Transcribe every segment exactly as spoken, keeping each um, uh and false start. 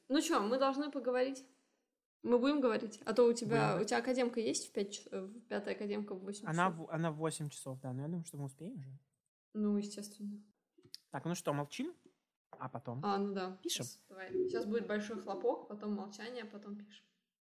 Ну что, мы должны поговорить. Мы будем говорить? А то у тебя, Будем. у тебя академка есть в пять, в пятая академка в восемь Она, часов? в, она в восемь часов, да. Но я думаю, что мы успеем же. Ну, естественно. Так, ну что, молчим? А потом? А, ну да. Пишем. Сейчас, давай. Сейчас будет большой хлопок, потом молчание, потом пишем.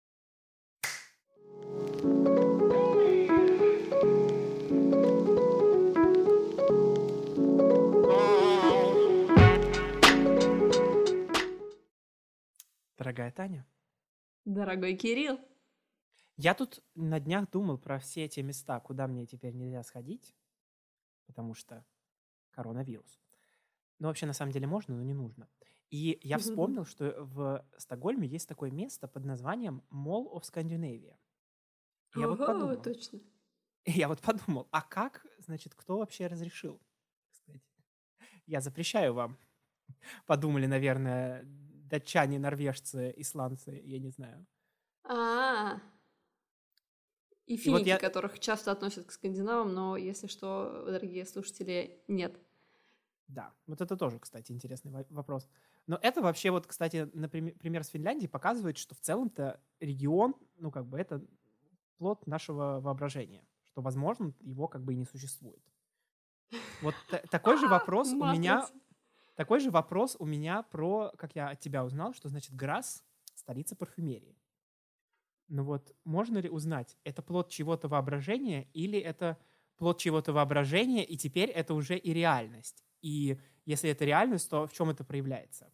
Дорогая Таня. Дорогой Кирилл. Я тут на днях думал про все эти места, куда мне теперь нельзя сходить, потому что коронавирус. Ну, вообще, на самом деле можно, но не нужно. И я вспомнил, что в Стокгольме есть такое место под названием Mall of Scandinavia. И я вот Ого, подумал, точно. я вот подумал, а как, значит, кто вообще разрешил? Кстати, я запрещаю вам. Подумали, наверное, датчане, норвежцы, исландцы, я не знаю. А, и И вот финики, я- которых часто относят к скандинавам, но, если что, дорогие слушатели, нет. Да, вот это тоже, кстати, интересный во- вопрос. Но это вообще вот, кстати, например, пример с Финляндией показывает, что в целом-то регион, ну, как бы это плод нашего воображения, что, возможно, его как бы и не существует. Вот та- такой же вопрос у меня, Матрица. такой же вопрос у меня про, как я от тебя узнал, что значит Грасс — столица парфюмерии. Ну вот, можно ли узнать, это плод чего-то воображения или это плод чего-то воображения, и теперь это уже и реальность? И если это реальность, то в чем это проявляется?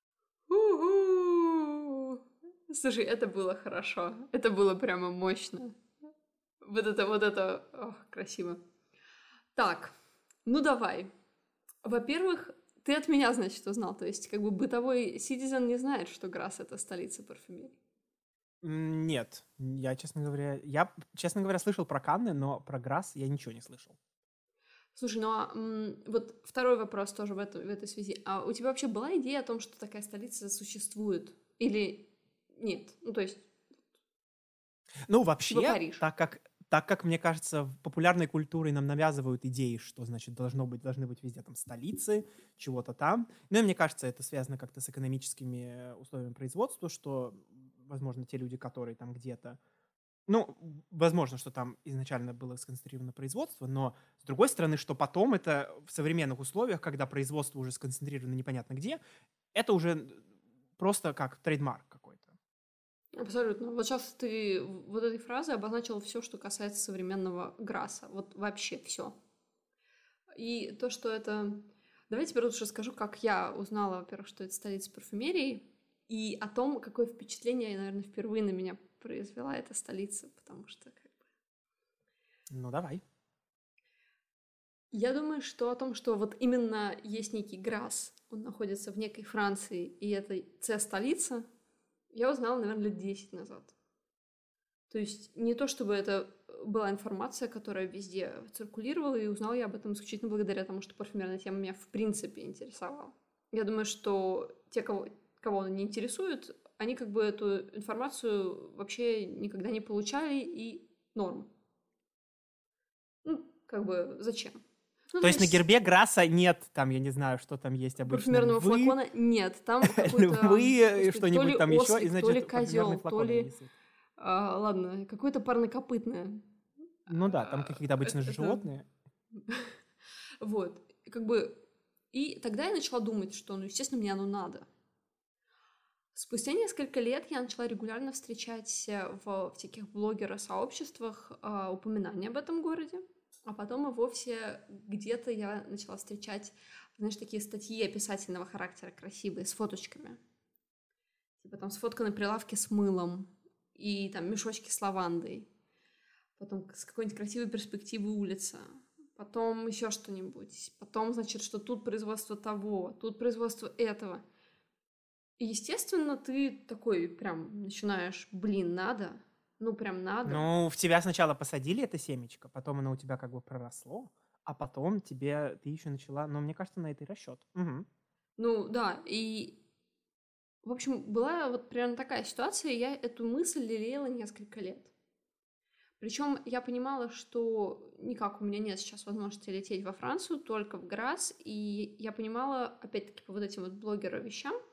У-ху. Слушай, это было хорошо. Это было прямо мощно. Вот это, вот это, ох, красиво. Так, ну давай. Во-первых, ты от меня, значит, узнал. То есть, как бы бытовой ситизен не знает, что Грасс — это столица парфюмерии. М, Нет, я, честно говоря, я, честно говоря, слышал про Канны, но про Грасс я ничего не слышал. Слушай, ну а м, вот второй вопрос тоже в, эту- в этой связи. А у тебя вообще была идея о том, что такая столица существует? Или нет? Ну, то есть, Ну, типа вообще, Париж. так как, так как, мне кажется, в популярной культуре нам навязывают идеи, что, значит, должно быть, должны быть везде там столицы, чего-то там. Ну, и мне кажется, это связано как-то с экономическими условиями производства, что, возможно, те люди, которые там где-то. Ну, возможно, что там изначально было сконцентрировано производство, но, с другой стороны, что потом это в современных условиях, когда производство уже сконцентрировано непонятно где, это уже просто как трейдмарк какой-то. Абсолютно. Вот сейчас ты вот этой фразой обозначил все, что касается современного Грасса. Вот вообще все. И то, что это... Давай теперь лучше скажу, как я узнала, во-первых, что это столица парфюмерии, и о том, какое впечатление, наверное, впервые на меня произвела эта столица, потому что как бы... Ну, давай. Я думаю, что о том, что вот именно есть некий Грасс, он находится в некой Франции, и это С-столица, я узнала, наверное, лет десять назад. То есть не то, чтобы это была информация, которая везде циркулировала, и узнала я об этом исключительно благодаря тому, что парфюмерная тема меня в принципе интересовала. Я думаю, что те, кого, кого она не интересует, они как бы эту информацию вообще никогда не получали, и норм. Ну, как бы зачем? Ну, То есть на гербе Грасса нет, там, я не знаю, что там есть обычно, парфюмерного львы, флакона нет. Там какой-то, львы, господи, что-нибудь то там ли еще, ослик, и, то ли значит, парфюмерный козел, то флакон ли... висит. а, ладно, какое-то парнокопытное. Ну да, там А, какие-то обычно же это- животные. Вот, и как бы... И тогда я начала думать, что, ну, естественно, мне оно надо. Спустя несколько лет я начала регулярно встречать э, в, в таких блогерах-сообществах а, упоминания об этом городе, а потом и вовсе где-то я начала встречать, знаешь, такие статьи описательного характера красивые, с фоточками. Типа там сфотка на прилавке с мылом и там мешочки с лавандой. Потом с какой-нибудь красивой перспективы улица. Потом еще что-нибудь. Потом, значит, что тут производство того, тут производство этого. И, естественно, ты такой прям начинаешь, блин, надо. Ну, прям надо. Ну, в тебя сначала посадили это семечко, потом оно у тебя как бы проросло, а потом тебе, ты еще начала, но мне кажется, на это и расчет. Угу. Ну, да, и... В общем, была вот примерно такая ситуация, и я эту мысль лелеяла несколько лет. Причем я понимала, что никак у меня нет сейчас возможности лететь во Францию, только в Грасс, и я понимала, опять-таки, по вот этим вот блогерам вещам,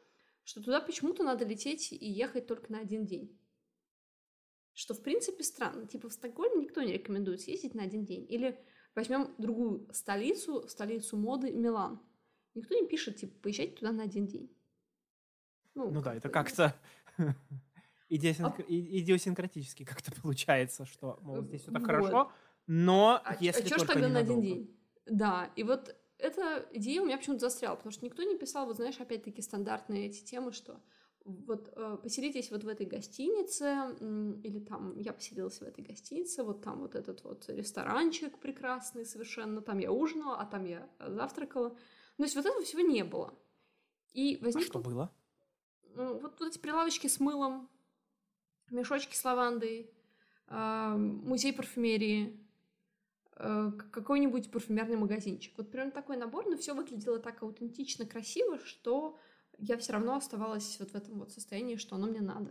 что туда почему-то надо лететь и ехать только на один день. Что, в принципе, странно. Типа в Стокгольм никто не рекомендует съездить на один день. Или возьмем другую столицу, столицу моды Милан. Никто не пишет, типа, поезжайте туда на один день. Ну, ну да, это как-то идиосинк... а... идиосинкратически как-то получается, что, мол, здесь все так вот. Хорошо, но а, если а только ж тогда ненадолго. на один день? Да, и вот эта идея у меня почему-то застряла, потому что никто не писал, вот знаешь, опять-таки стандартные эти темы, что вот э, поселитесь вот в этой гостинице, м, или там я поселилась в этой гостинице, вот там вот этот вот ресторанчик прекрасный совершенно, там я ужинала, а там я завтракала. То есть вот этого всего не было. И возникло... А что было? Вот, вот эти прилавочки с мылом, мешочки с лавандой, э, музей парфюмерии, э, какой-нибудь парфюмерный магазинчик. Вот прям такой набор, но все выглядело так аутентично, красиво, что я все равно оставалась вот в этом вот состоянии, что оно мне надо.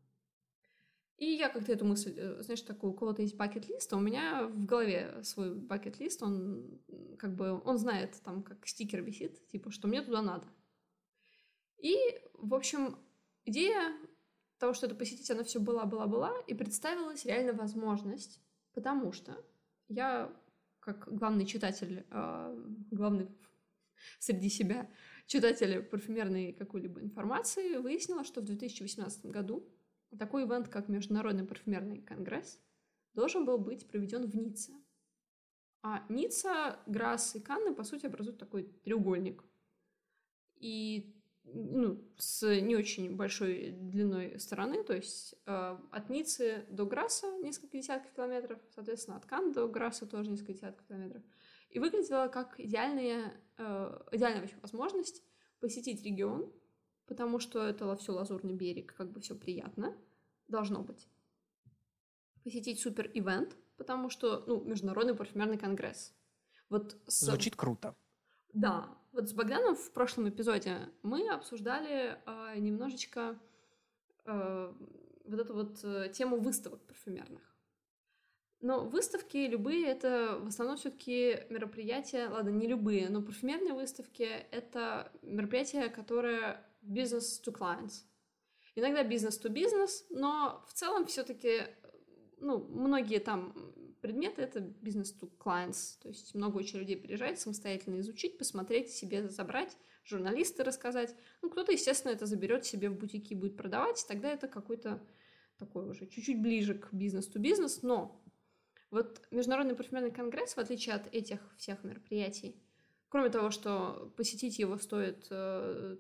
И я как-то эту мысль, знаешь, такую, у кого-то есть бакет-лист, а у меня в голове свой бакет-лист, он как бы, он знает там, как стикер висит, типа, что мне туда надо. И, в общем, идея того, что это посетить, она все была-была-была, и представилась реально возможность, потому что я, как главный читатель, э, главный среди себя читатель парфюмерной какой-либо информации, выяснила, что в две тысячи восемнадцатом году такой ивент, как Международный парфюмерный конгресс, должен был быть проведен в Ницце. А Ницца, Грасс и Канны, по сути, образуют такой треугольник. И ну, с не очень большой длиной стороны, то есть э, от Ниццы до Грасса несколько десятков километров, соответственно, от Канн до Грасса тоже несколько десятков километров. И выглядело как идеальная, э, идеальная вообще возможность посетить регион, потому что это все Лазурный берег, как бы все приятно, должно быть. Посетить супер-ивент, потому что, ну, Международный парфюмерный конгресс. Вот с... Звучит круто. Да, вот с Богданом в прошлом эпизоде мы обсуждали э, немножечко э, вот эту вот э, тему выставок парфюмерных. Но выставки любые — это в основном все-таки мероприятия, ладно, не любые, но парфюмерные выставки — это мероприятия, которые business to clients. Иногда business to business, но в целом все-таки, ну, многие там предметы — это business to clients, то есть много очень людей приезжает самостоятельно изучить, посмотреть, себе забрать, журналисты рассказать. Ну, кто-то, естественно, это заберет себе в бутики и будет продавать, тогда это какой-то такой уже чуть-чуть ближе к business to business, но вот Международный парфюмерный конгресс, в отличие от этих всех мероприятий, кроме того, что посетить его стоит э,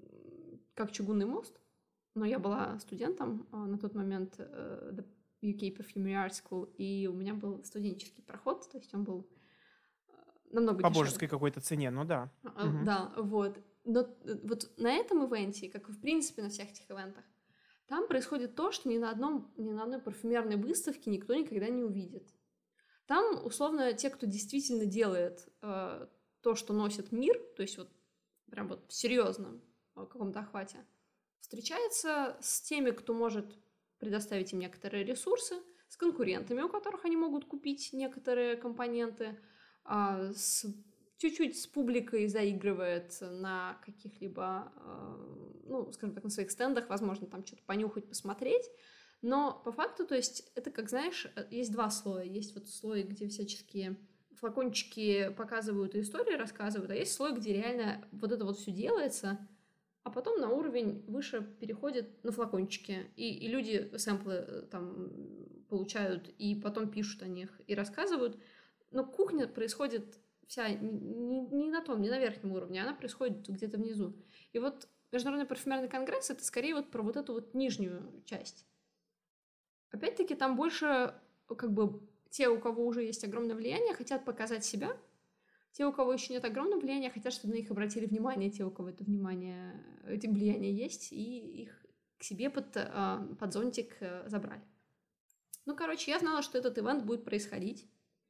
как чугунный мост, но я была студентом э, на тот момент э, ю кей Perfumery Art School, и у меня был студенческий проход, то есть он был э, намного по дешевле. божеской какой-то цене, ну да. А, угу. Да, вот. Но вот на этом ивенте, как и в принципе на всех этих ивентах, там происходит то, что ни на, одном, ни на одной парфюмерной выставке никто никогда не увидит. Там, условно, те, кто действительно делает э, то, что носит мир, то есть вот прям вот в серьезном э, каком-то охвате, встречается с теми, кто может предоставить им некоторые ресурсы, с конкурентами, у которых они могут купить некоторые компоненты, э, с, чуть-чуть с публикой заигрывает на каких-либо, э, ну, скажем так, на своих стендах, возможно, там что-то понюхать, посмотреть. Но по факту, то есть, это, как знаешь, есть два слоя. Есть вот слой, где всяческие флакончики показывают и истории рассказывают, а есть слой, где реально вот это вот все делается, а потом на уровень выше переходит на флакончики. И, и люди сэмплы там получают, и потом пишут о них, и рассказывают. Но кухня происходит вся не, не, не на том, не на верхнем уровне, она происходит где-то внизу. И вот Международный парфюмерный конгресс — это скорее вот про вот эту вот нижнюю часть. Опять-таки, там больше, как бы, те, у кого уже есть огромное влияние, хотят показать себя. Те, у кого еще нет огромного влияния, хотят, чтобы на них обратили внимание. Те, у кого это внимание, это влияние есть, и их к себе под, под зонтик забрали. Ну, короче, я знала, что этот ивент будет происходить.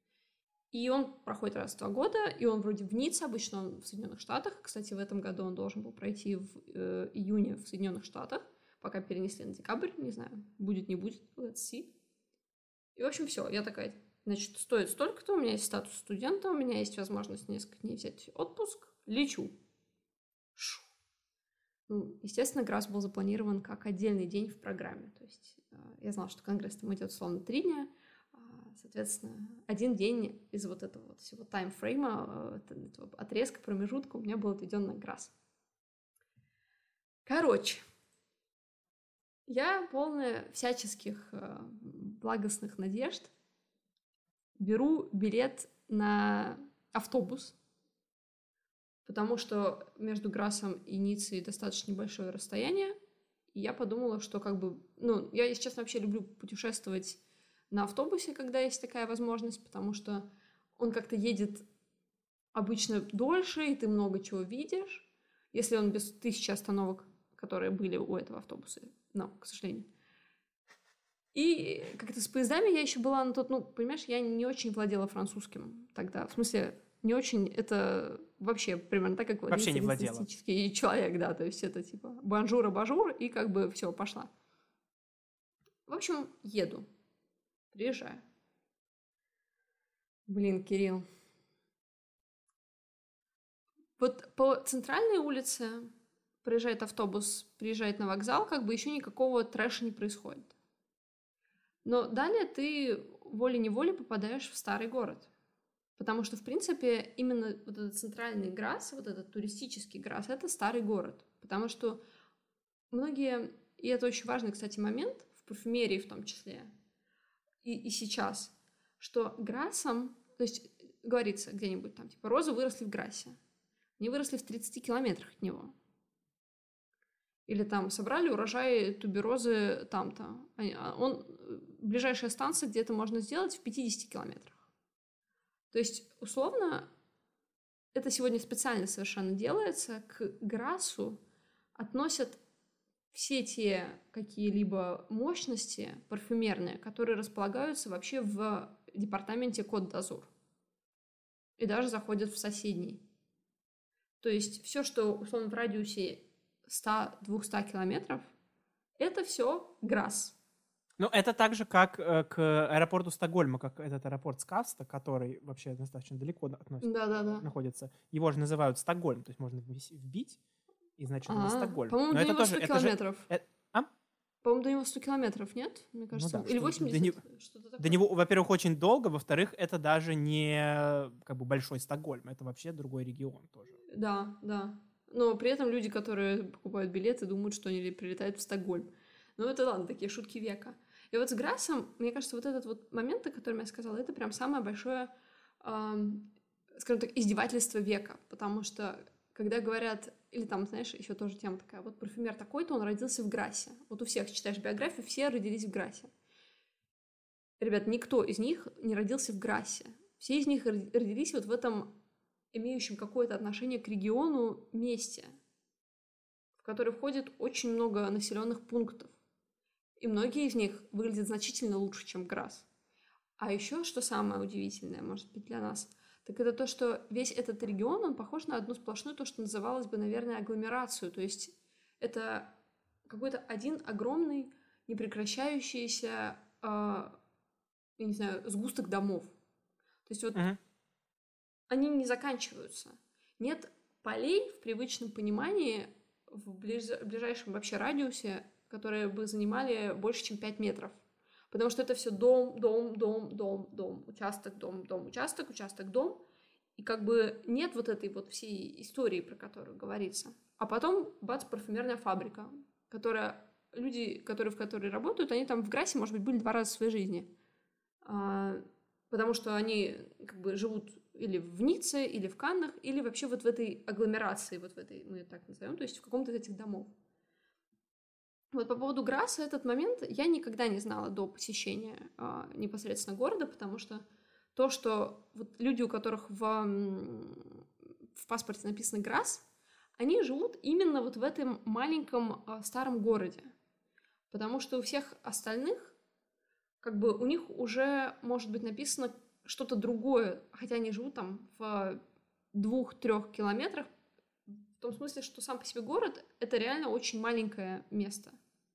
И он проходит раз в два года, и он вроде в Ницце, обычно он в Соединенных Штатах. Кстати, в этом году он должен был пройти в э, июне в Соединенных Штатах. Пока перенесли на декабрь, не знаю, будет, не будет, let's see. И, в общем, все, я такая, значит, стоит столько-то, у меня есть статус студента, у меня есть возможность несколько дней взять отпуск, лечу. Шу. Ну, естественно, Грасс был запланирован как отдельный день в программе. То есть я знала, что конгресс там идет условно три дня, соответственно, один день из вот этого вот всего таймфрейма, этого отрезка, промежутка у меня был отведен на Грасс. Короче, я полная всяческих благостных надежд беру билет на автобус, потому что между Грассом и Ниццей достаточно небольшое расстояние, и я подумала, что как бы... Ну, я, если честно, вообще люблю путешествовать на автобусе, когда есть такая возможность, потому что он как-то едет обычно дольше, и ты много чего видишь, если он без тысячи остановок, которые были у этого автобуса, но, к сожалению. И как-то с поездами я еще была на тот... Ну, понимаешь, я не очень владела французским тогда. В смысле, не очень... Это вообще примерно так, как вот вообще не владела. среднестатистический человек, да. То есть это типа бонжур, абажур, и как бы все, пошла. В общем, еду. Приезжаю. Блин, Кирилл. Вот по центральной улице проезжает автобус, приезжает на вокзал, как бы еще никакого трэша не происходит. Но далее ты волей-неволей попадаешь в старый город. Потому что, в принципе, именно вот этот центральный Грасс, вот этот туристический Грасс, это старый город. Потому что многие, и это очень важный, кстати, момент, в парфюмерии в том числе, и, и сейчас, что Грассом, то есть говорится где-нибудь там, типа, розы выросли в Грассе. Они выросли в тридцати километрах от него. Или там собрали урожай туберозы там-то. Он, ближайшая станция, где это можно сделать, в пятидесяти километрах. То есть, условно, это сегодня специально совершенно делается, к Грассу относят все те какие-либо мощности парфюмерные, которые располагаются вообще в департаменте Кот-д'Азур. И даже заходят в соседний. То есть все, что, условно, в радиусе сто-двести километров, это все Грасс. Ну, это так же, как э, к аэропорту Стокгольма, как этот аэропорт Скавста, который вообще достаточно далеко относится, Да-да-да. находится. Его же называют Стокгольм, то есть можно вбить, и значит, это Стокгольм. По-моему, Но до это него тоже, сто это километров. Же, это, а? По-моему, до него сто километров, нет? Мне кажется, ну, да, или что, восемьдесят, до него, что-то такое. До него, во-первых, очень долго, во-вторых, это даже не как бы большой Стокгольм, это вообще другой регион тоже. Да, да. Но при этом люди, которые покупают билеты, думают, что они прилетают в Стокгольм. Ну, это ладно, такие шутки века. И вот с Грассом, мне кажется, вот этот вот момент, о котором я сказала, это прям самое большое, эм, скажем так, издевательство века. Потому что, когда говорят, или там, знаешь, еще тоже тема такая, вот парфюмер такой-то, он родился в Грассе. Вот у всех, читаешь биографию, все родились в Грассе. Ребят, никто из них не родился в Грассе. Все из них родились вот в этом имеющем какое-то отношение к региону месте, в который входит очень много населенных пунктов. И многие из них выглядят значительно лучше, чем Грасс. А еще, что самое удивительное, может быть, для нас, так это то, что весь этот регион, он похож на одну сплошную, то, что называлось бы, наверное, агломерацию. То есть это какой-то один огромный, непрекращающийся, э, я не знаю, сгусток домов. То есть вот uh-huh. они не заканчиваются. Нет полей в привычном понимании в ближ- ближайшем вообще радиусе, которые бы занимали больше, чем пять метров. Потому что это все дом, дом, дом, дом, дом, участок, дом, дом, участок, участок, дом. И как бы нет вот этой вот всей истории, про которую говорится. А потом, бац, парфюмерная фабрика, которая... Люди, которые в которой работают, они там в Грассе, может быть, были два раза в своей жизни. А, потому что они как бы живут или в Ницце, или в Каннах, или вообще вот в этой агломерации, вот в этой, мы ее так назовем, то есть в каком-то из этих домов. Вот по поводу Грасса этот момент я никогда не знала до посещения а, непосредственно города, потому что то, что вот люди, у которых в, в паспорте написано Грасс, они живут именно вот в этом маленьком а, старом городе. Потому что у всех остальных, как бы у них уже может быть написано что-то другое, хотя они живут там в двух-трех километрах, в том смысле, что сам по себе город — это реально очень маленькое место.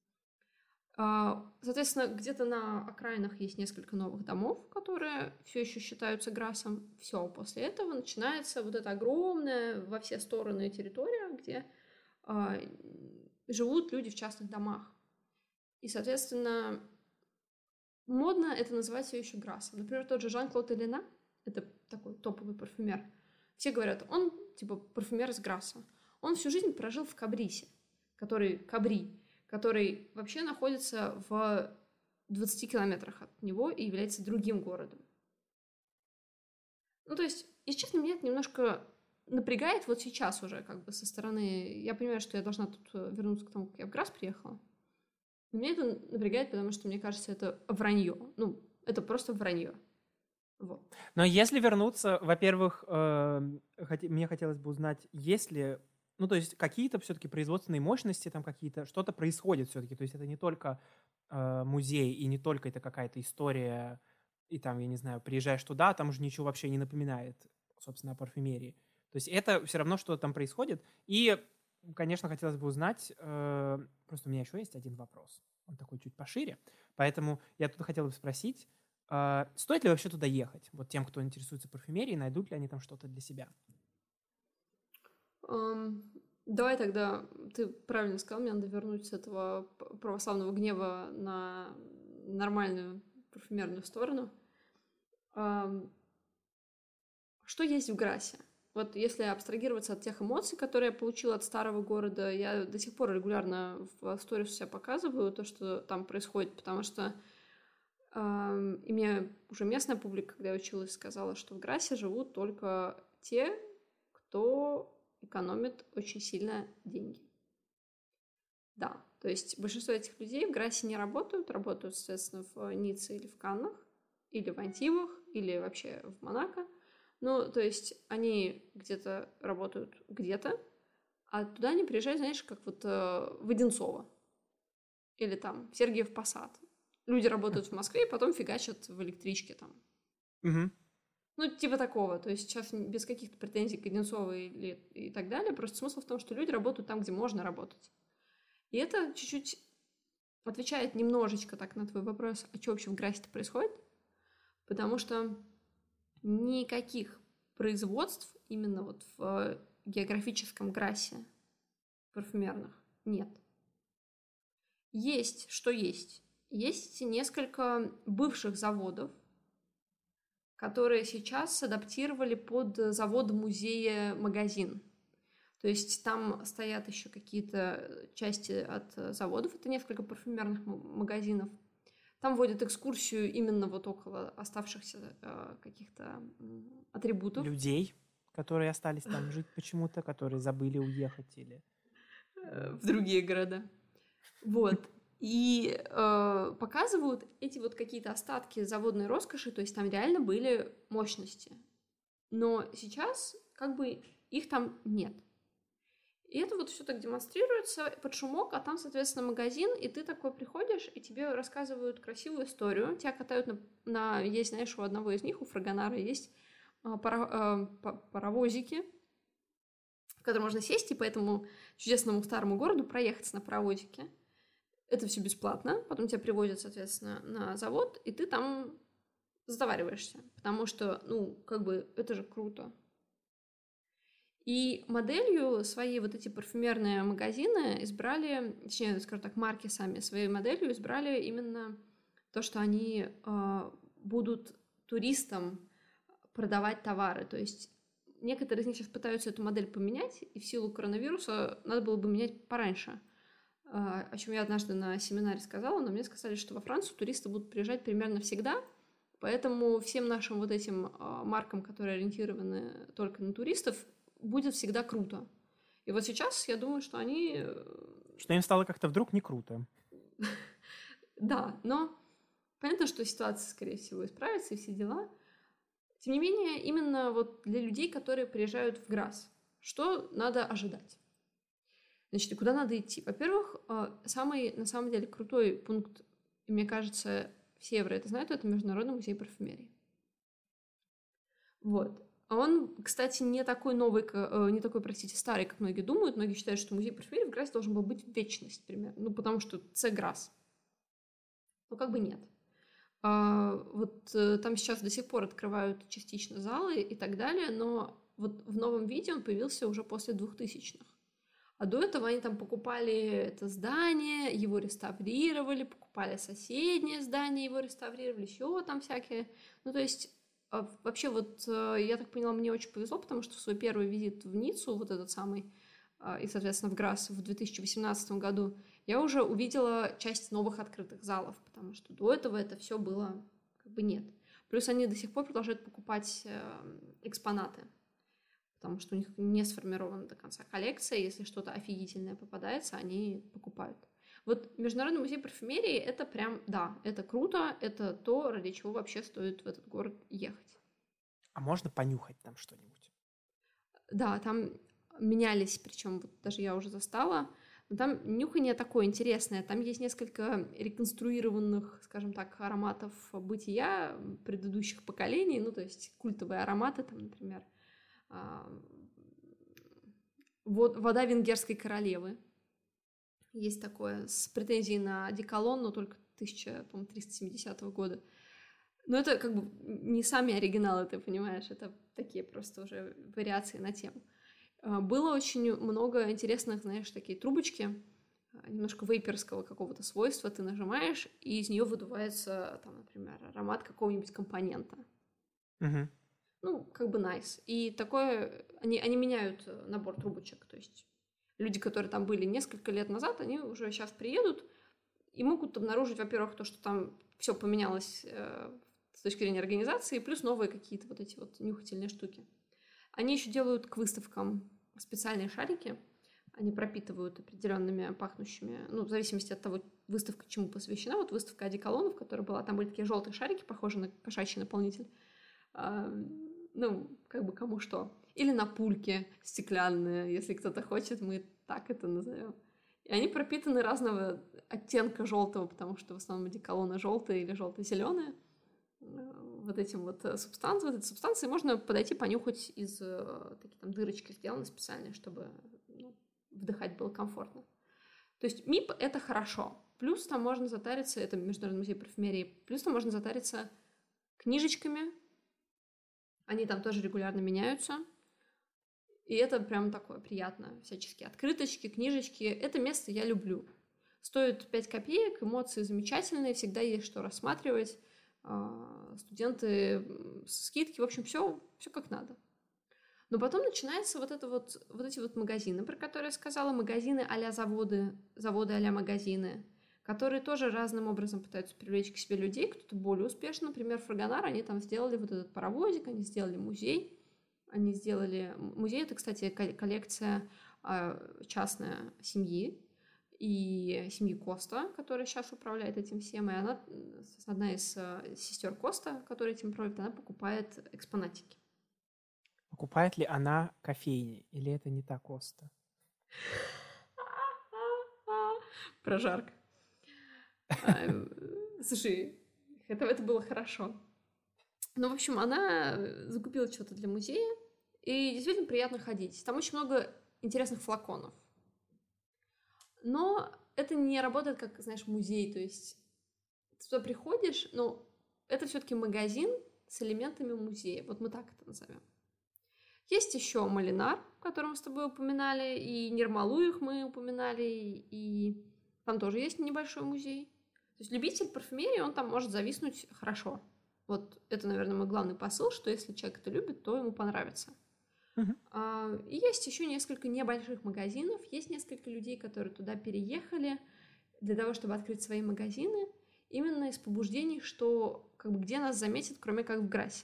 Соответственно, где-то на окраинах есть несколько новых домов, которые все еще считаются Грассом. Все, после этого начинается вот эта огромная во все стороны территория, где живут люди в частных домах. И, соответственно, модно это называть все еще Грассом. Например, тот же Жан-Клод Элена, это такой топовый парфюмер. Все говорят, он типа парфюмер из Грасса. Он всю жизнь прожил в Кабрисе, который Кабри, который вообще находится в двадцати километрах от него и является другим городом. Ну, то есть, если честно, меня это немножко напрягает вот сейчас уже как бы со стороны... Я понимаю, что я должна тут вернуться к тому, как я в Грасс приехала. Но меня это напрягает, потому что, мне кажется, это вранье. Ну, это просто вранье. Вот. Но если вернуться, во-первых, э, хот- мне хотелось бы узнать, есть ли, ну, то есть какие-то все-таки производственные мощности, там какие-то, что-то происходит все-таки, то есть это не только э, музей и не только это какая-то история, и там, я не знаю, приезжаешь туда, а там уже ничего вообще не напоминает, собственно, о парфюмерии. То есть это все равно что-то там происходит. И, конечно, хотелось бы узнать, э, просто у меня еще есть один вопрос, он такой чуть пошире, поэтому я тут хотел бы спросить, Uh, стоит ли вообще туда ехать? Вот тем, кто интересуется парфюмерией, найдут ли они там что-то для себя? Um, давай тогда, ты правильно сказал, мне надо вернуть с этого православного гнева на нормальную парфюмерную сторону. Um, что есть в Грассе? Вот если абстрагироваться от тех эмоций, которые я получила от старого города, я до сих пор регулярно в сторис у себя показываю то, что там происходит, потому что и мне уже местная публика, когда я училась, сказала, что в Грассе живут только те, кто экономит очень сильно деньги. Да, то есть большинство этих людей в Грассе не работают, работают, соответственно, в Ницце или в Каннах, или в Антибах, или вообще в Монако. Ну, то есть они где-то работают где-то, а туда они приезжают, знаешь, как вот э, в Одинцово или там в Сергиев Посад. Люди работают в Москве и потом фигачат в электричке там. Угу. Ну, типа такого. То есть сейчас без каких-то претензий к Одинцову и, и так далее. Просто смысл в том, что люди работают там, где можно работать. И это чуть-чуть отвечает немножечко так на твой вопрос, а что вообще в Грассе-то происходит? Потому что никаких производств именно вот в географическом Грассе парфюмерных нет. Есть, что есть. Есть несколько бывших заводов, которые сейчас адаптировали под завод музея магазин. То есть там стоят еще какие-то части от заводов, это несколько парфюмерных магазинов. Там вводят экскурсию именно вот около оставшихся э, каких-то атрибутов. Людей, которые остались там жить почему-то, которые забыли уехать или... В другие города. Вот. И э, показывают эти вот какие-то остатки заводной роскоши, то есть там реально были мощности. Но сейчас как бы их там нет. И это вот все так демонстрируется под шумок, а там, соответственно, магазин, и ты такой приходишь, и тебе рассказывают красивую историю. Тебя катают на... на есть, знаешь, у одного из них, у Фрагонара, есть э, паро, э, паровозики, в которые можно сесть, и по этому чудесному старому городу проехаться на паровозике. Это все бесплатно, потом тебя привозят, соответственно, на завод, и ты там затовариваешься, потому что, ну, как бы, это же круто. И моделью свои вот эти парфюмерные магазины избрали, точнее, скажем так, марки сами своей моделью избрали именно то, что они э, будут туристам продавать товары, то есть некоторые из них сейчас пытаются эту модель поменять, и в силу коронавируса надо было бы менять пораньше. О чем я однажды на семинаре сказала, но мне сказали, что во Францию туристы будут приезжать примерно всегда, поэтому всем нашим вот этим маркам, которые ориентированы только на туристов, будет всегда круто. И вот сейчас я думаю, что они... Что им стало как-то вдруг не круто. Да, но понятно, что ситуация, скорее всего, исправится и все дела. Тем не менее, именно вот для людей, которые приезжают в Грасс, что надо ожидать? Значит, и куда надо идти? Во-первых, самый, на самом деле, крутой пункт, мне кажется, все евро это знают, это Международный музей парфюмерии. Вот. А он, кстати, не такой новый, не такой, простите, старый, как многие думают. Многие считают, что музей парфюмерии в Грассе должен был быть в вечность, примерно. Ну, потому что це Грасс. Ну, как бы нет. А, вот там сейчас до сих пор открывают частично залы и так далее, но вот в новом виде он появился уже после двухтысячных. А до этого они там покупали это здание, его реставрировали, покупали соседнее здание, его реставрировали, еще там всякие. Ну, то есть, вообще вот, я так поняла, мне очень повезло, потому что в свой первый визит в Ниццу, вот этот самый, и, соответственно, в Грасс в две тысячи восемнадцатом году, я уже увидела часть новых открытых залов, потому что до этого это все было как бы нет. Плюс они до сих пор продолжают покупать экспонаты, потому что у них не сформирована до конца коллекция. Если что-то офигительное попадается, они покупают. Вот Международный музей парфюмерии — это прям, да, это круто, это то, ради чего вообще стоит в этот город ехать. А можно понюхать там что-нибудь? Да, там менялись, причем вот даже я уже застала, но там нюхание такое интересное. Там есть несколько реконструированных, скажем так, ароматов бытия предыдущих поколений, ну, то есть культовые ароматы, там, например, вода венгерской королевы. Есть такое с претензией на одеколон, но только тысяча триста семидесятого года. Но это как бы не сами оригиналы, ты понимаешь, это такие просто уже вариации на тему. Было очень много интересных, знаешь, такие трубочки, немножко вейперского какого-то свойства. Ты нажимаешь, и из нее выдувается, там, например, аромат какого-нибудь компонента. Угу. Ну, как бы nice. И такое... Они, они меняют набор трубочек. То есть люди, которые там были несколько лет назад, они уже сейчас приедут и могут обнаружить, во-первых, то, что там все поменялось э, с точки зрения организации, плюс новые какие-то вот эти вот нюхательные штуки. Они еще делают к выставкам специальные шарики. Они пропитывают определенными пахнущими... Ну, в зависимости от того, выставка чему посвящена. Вот выставка одеколонов, которая была... Там были такие желтые шарики, похожие на кошачий наполнитель. Ну, как бы кому что. Или на пульки стеклянные, если кто-то хочет, мы так это назовем. И они пропитаны разного оттенка желтого, потому что в основном одеколоны желтые или желто-зеленые. Вот этим вот субстанцией, вот этой субстанции можно подойти понюхать из такие там дырочки сделаны специальные, чтобы ну, вдыхать было комфортно. То есть МИП — это хорошо. Плюс там можно затариться, это Международный музей парфюмерии, плюс там можно затариться книжечками. Они там тоже регулярно меняются. И это прям такое приятно. Всяческие открыточки, книжечки. Это место я люблю. Стоит пять копеек, эмоции замечательные, всегда есть что рассматривать. Студенты, скидки, в общем, все, все как надо. Но потом начинается вот, это вот, вот эти вот магазины, про которые я сказала, магазины а-ля заводы, заводы а-ля магазины, которые тоже разным образом пытаются привлечь к себе людей, кто-то более успешно. Например, Фрагонар, они там сделали вот этот паровозик, они сделали музей, они сделали... Музей — это, кстати, коллекция частная семьи, и семьи Коста, которая сейчас управляет этим всем, и она, одна из сестер Коста, которая этим управляет, она покупает экспонатики. Покупает ли она кофейни, или это не та Коста? Прожарка. Слушай, это, это было хорошо. Ну, в общем, она закупила что-то для музея, и действительно приятно ходить. Там очень много интересных флаконов. Но это не работает как, знаешь, музей. То есть ты туда приходишь, но это все-таки магазин с элементами музея. Вот мы так это назовем. Есть еще Малинар, который мы с тобой упоминали, и Нирмалуих мы упоминали, и там тоже есть небольшой музей. То есть любитель парфюмерии, он там может зависнуть хорошо. Вот это, наверное, мой главный посыл, что если человек это любит, то ему понравится. Uh-huh. И есть еще несколько небольших магазинов, есть несколько людей, которые туда переехали для того, чтобы открыть свои магазины, именно из побуждений, что как бы где нас заметят, кроме как в Грассе.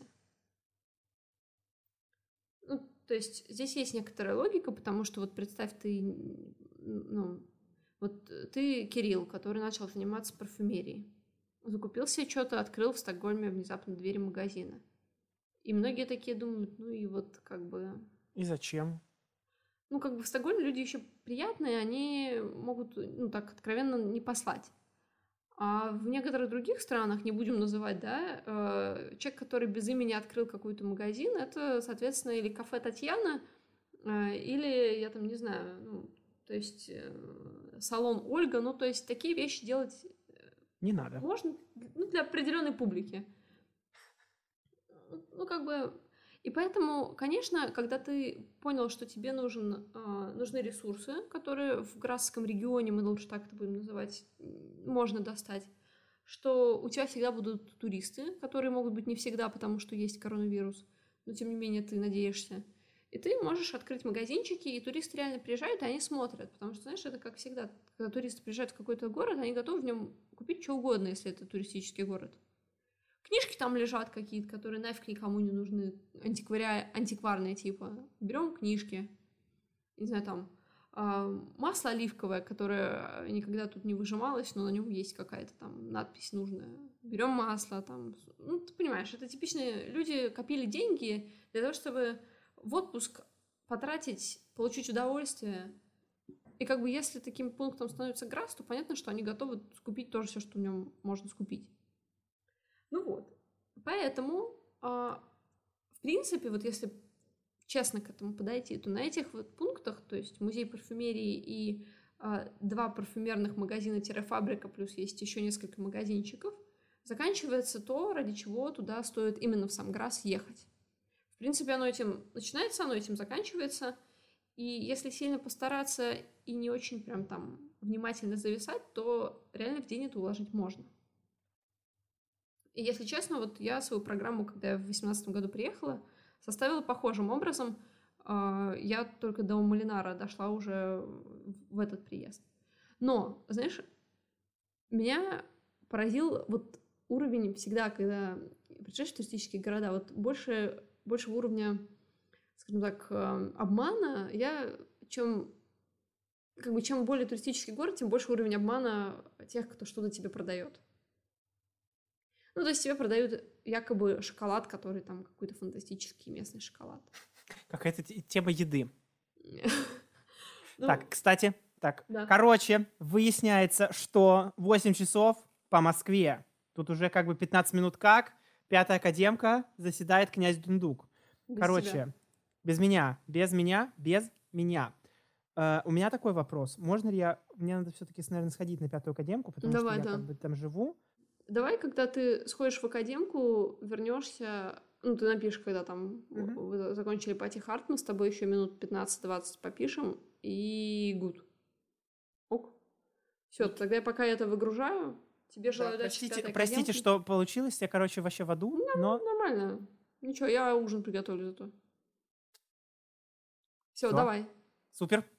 Ну, то есть здесь есть некоторая логика, потому что вот представь, ты, ну, вот ты Кирилл, который начал заниматься парфюмерией, закупил себе что-то, открыл в Стокгольме внезапно двери магазина. И многие такие думают, ну и вот как бы... И зачем? Ну, как бы в Стокгольме люди еще приятные, они могут, ну, так откровенно не послать. А в некоторых других странах, не будем называть, да, э, человек, который без имени открыл какой-то магазин, это, соответственно, или кафе Татьяна, э, или, я там не знаю, ну, то есть э, салон Ольга, ну, то есть такие вещи делать... Не надо. Можно, ну, для определенной публики. Ну, как бы... И поэтому, конечно, когда ты понял, что тебе нужен, э, нужны ресурсы, которые в Грассском регионе, мы лучше так это будем называть, можно достать, что у тебя всегда будут туристы, которые могут быть не всегда, потому что есть коронавирус, но тем не менее ты надеешься. И ты можешь открыть магазинчики, и туристы реально приезжают, и они смотрят, потому что, знаешь, это как всегда, когда туристы приезжают в какой-то город, они готовы в нем купить что угодно, если это туристический город. Книжки там лежат какие-то, которые нафиг никому не нужны, антикваря... антикварные типа. Берем книжки, не знаю, там, э, масло оливковое, которое никогда тут не выжималось, но на нем есть какая-то там надпись нужная. Берем масло, там, ну, ты понимаешь, это типичные люди копили деньги для того, чтобы в отпуск потратить, получить удовольствие. И как бы если таким пунктом становится Грасс, то понятно, что они готовы скупить тоже все, что в нем можно скупить. Ну вот, поэтому, э, в принципе, вот если честно к этому подойти, то на этих вот пунктах, то есть музей парфюмерии и э, два парфюмерных магазина-фабрика, плюс есть еще несколько магазинчиков, заканчивается то, ради чего туда стоит именно в сам Грасс ехать. В принципе, оно этим начинается, оно этим заканчивается, и если сильно постараться и не очень прям там внимательно зависать, то реально в день это уложить можно. И если честно, вот я свою программу, когда я в восемнадцатом году приехала, составила похожим образом. Я только до Малинара дошла уже в этот приезд. Но, знаешь, меня поразил вот уровень всегда, когда приезжаешь в туристические города, вот больше, большего уровня, скажем так, обмана, я чем, как бы, чем более туристический город, тем больше уровень обмана тех, кто что-то тебе продает. Ну, то есть тебе продают якобы шоколад, который там какой-то фантастический местный шоколад. Какая-то тема еды. Так, кстати, так, короче, выясняется, что восемь часов по Москве. Тут уже как бы пятнадцать минут как. Пятая академка, заседает князь Дундук. Короче, без меня, без меня, без меня. У меня такой вопрос. Можно ли я... Мне надо все-таки, наверное, сходить на пятую академку, потому что я как бы там живу. Давай, когда ты сходишь в академку, вернешься, ну, ты напишешь, когда там mm-hmm. вы закончили пати хард, мы с тобой еще минут пятнадцать-двадцать попишем, и гуд. Ок. Все, тогда я пока это выгружаю. Тебе желаю да, удачи простите, с пятой простите, академки. что получилось, я, короче, вообще в аду, ну, но... Нормально. Ничего, я ужин приготовлю зато. Все, давай. Супер.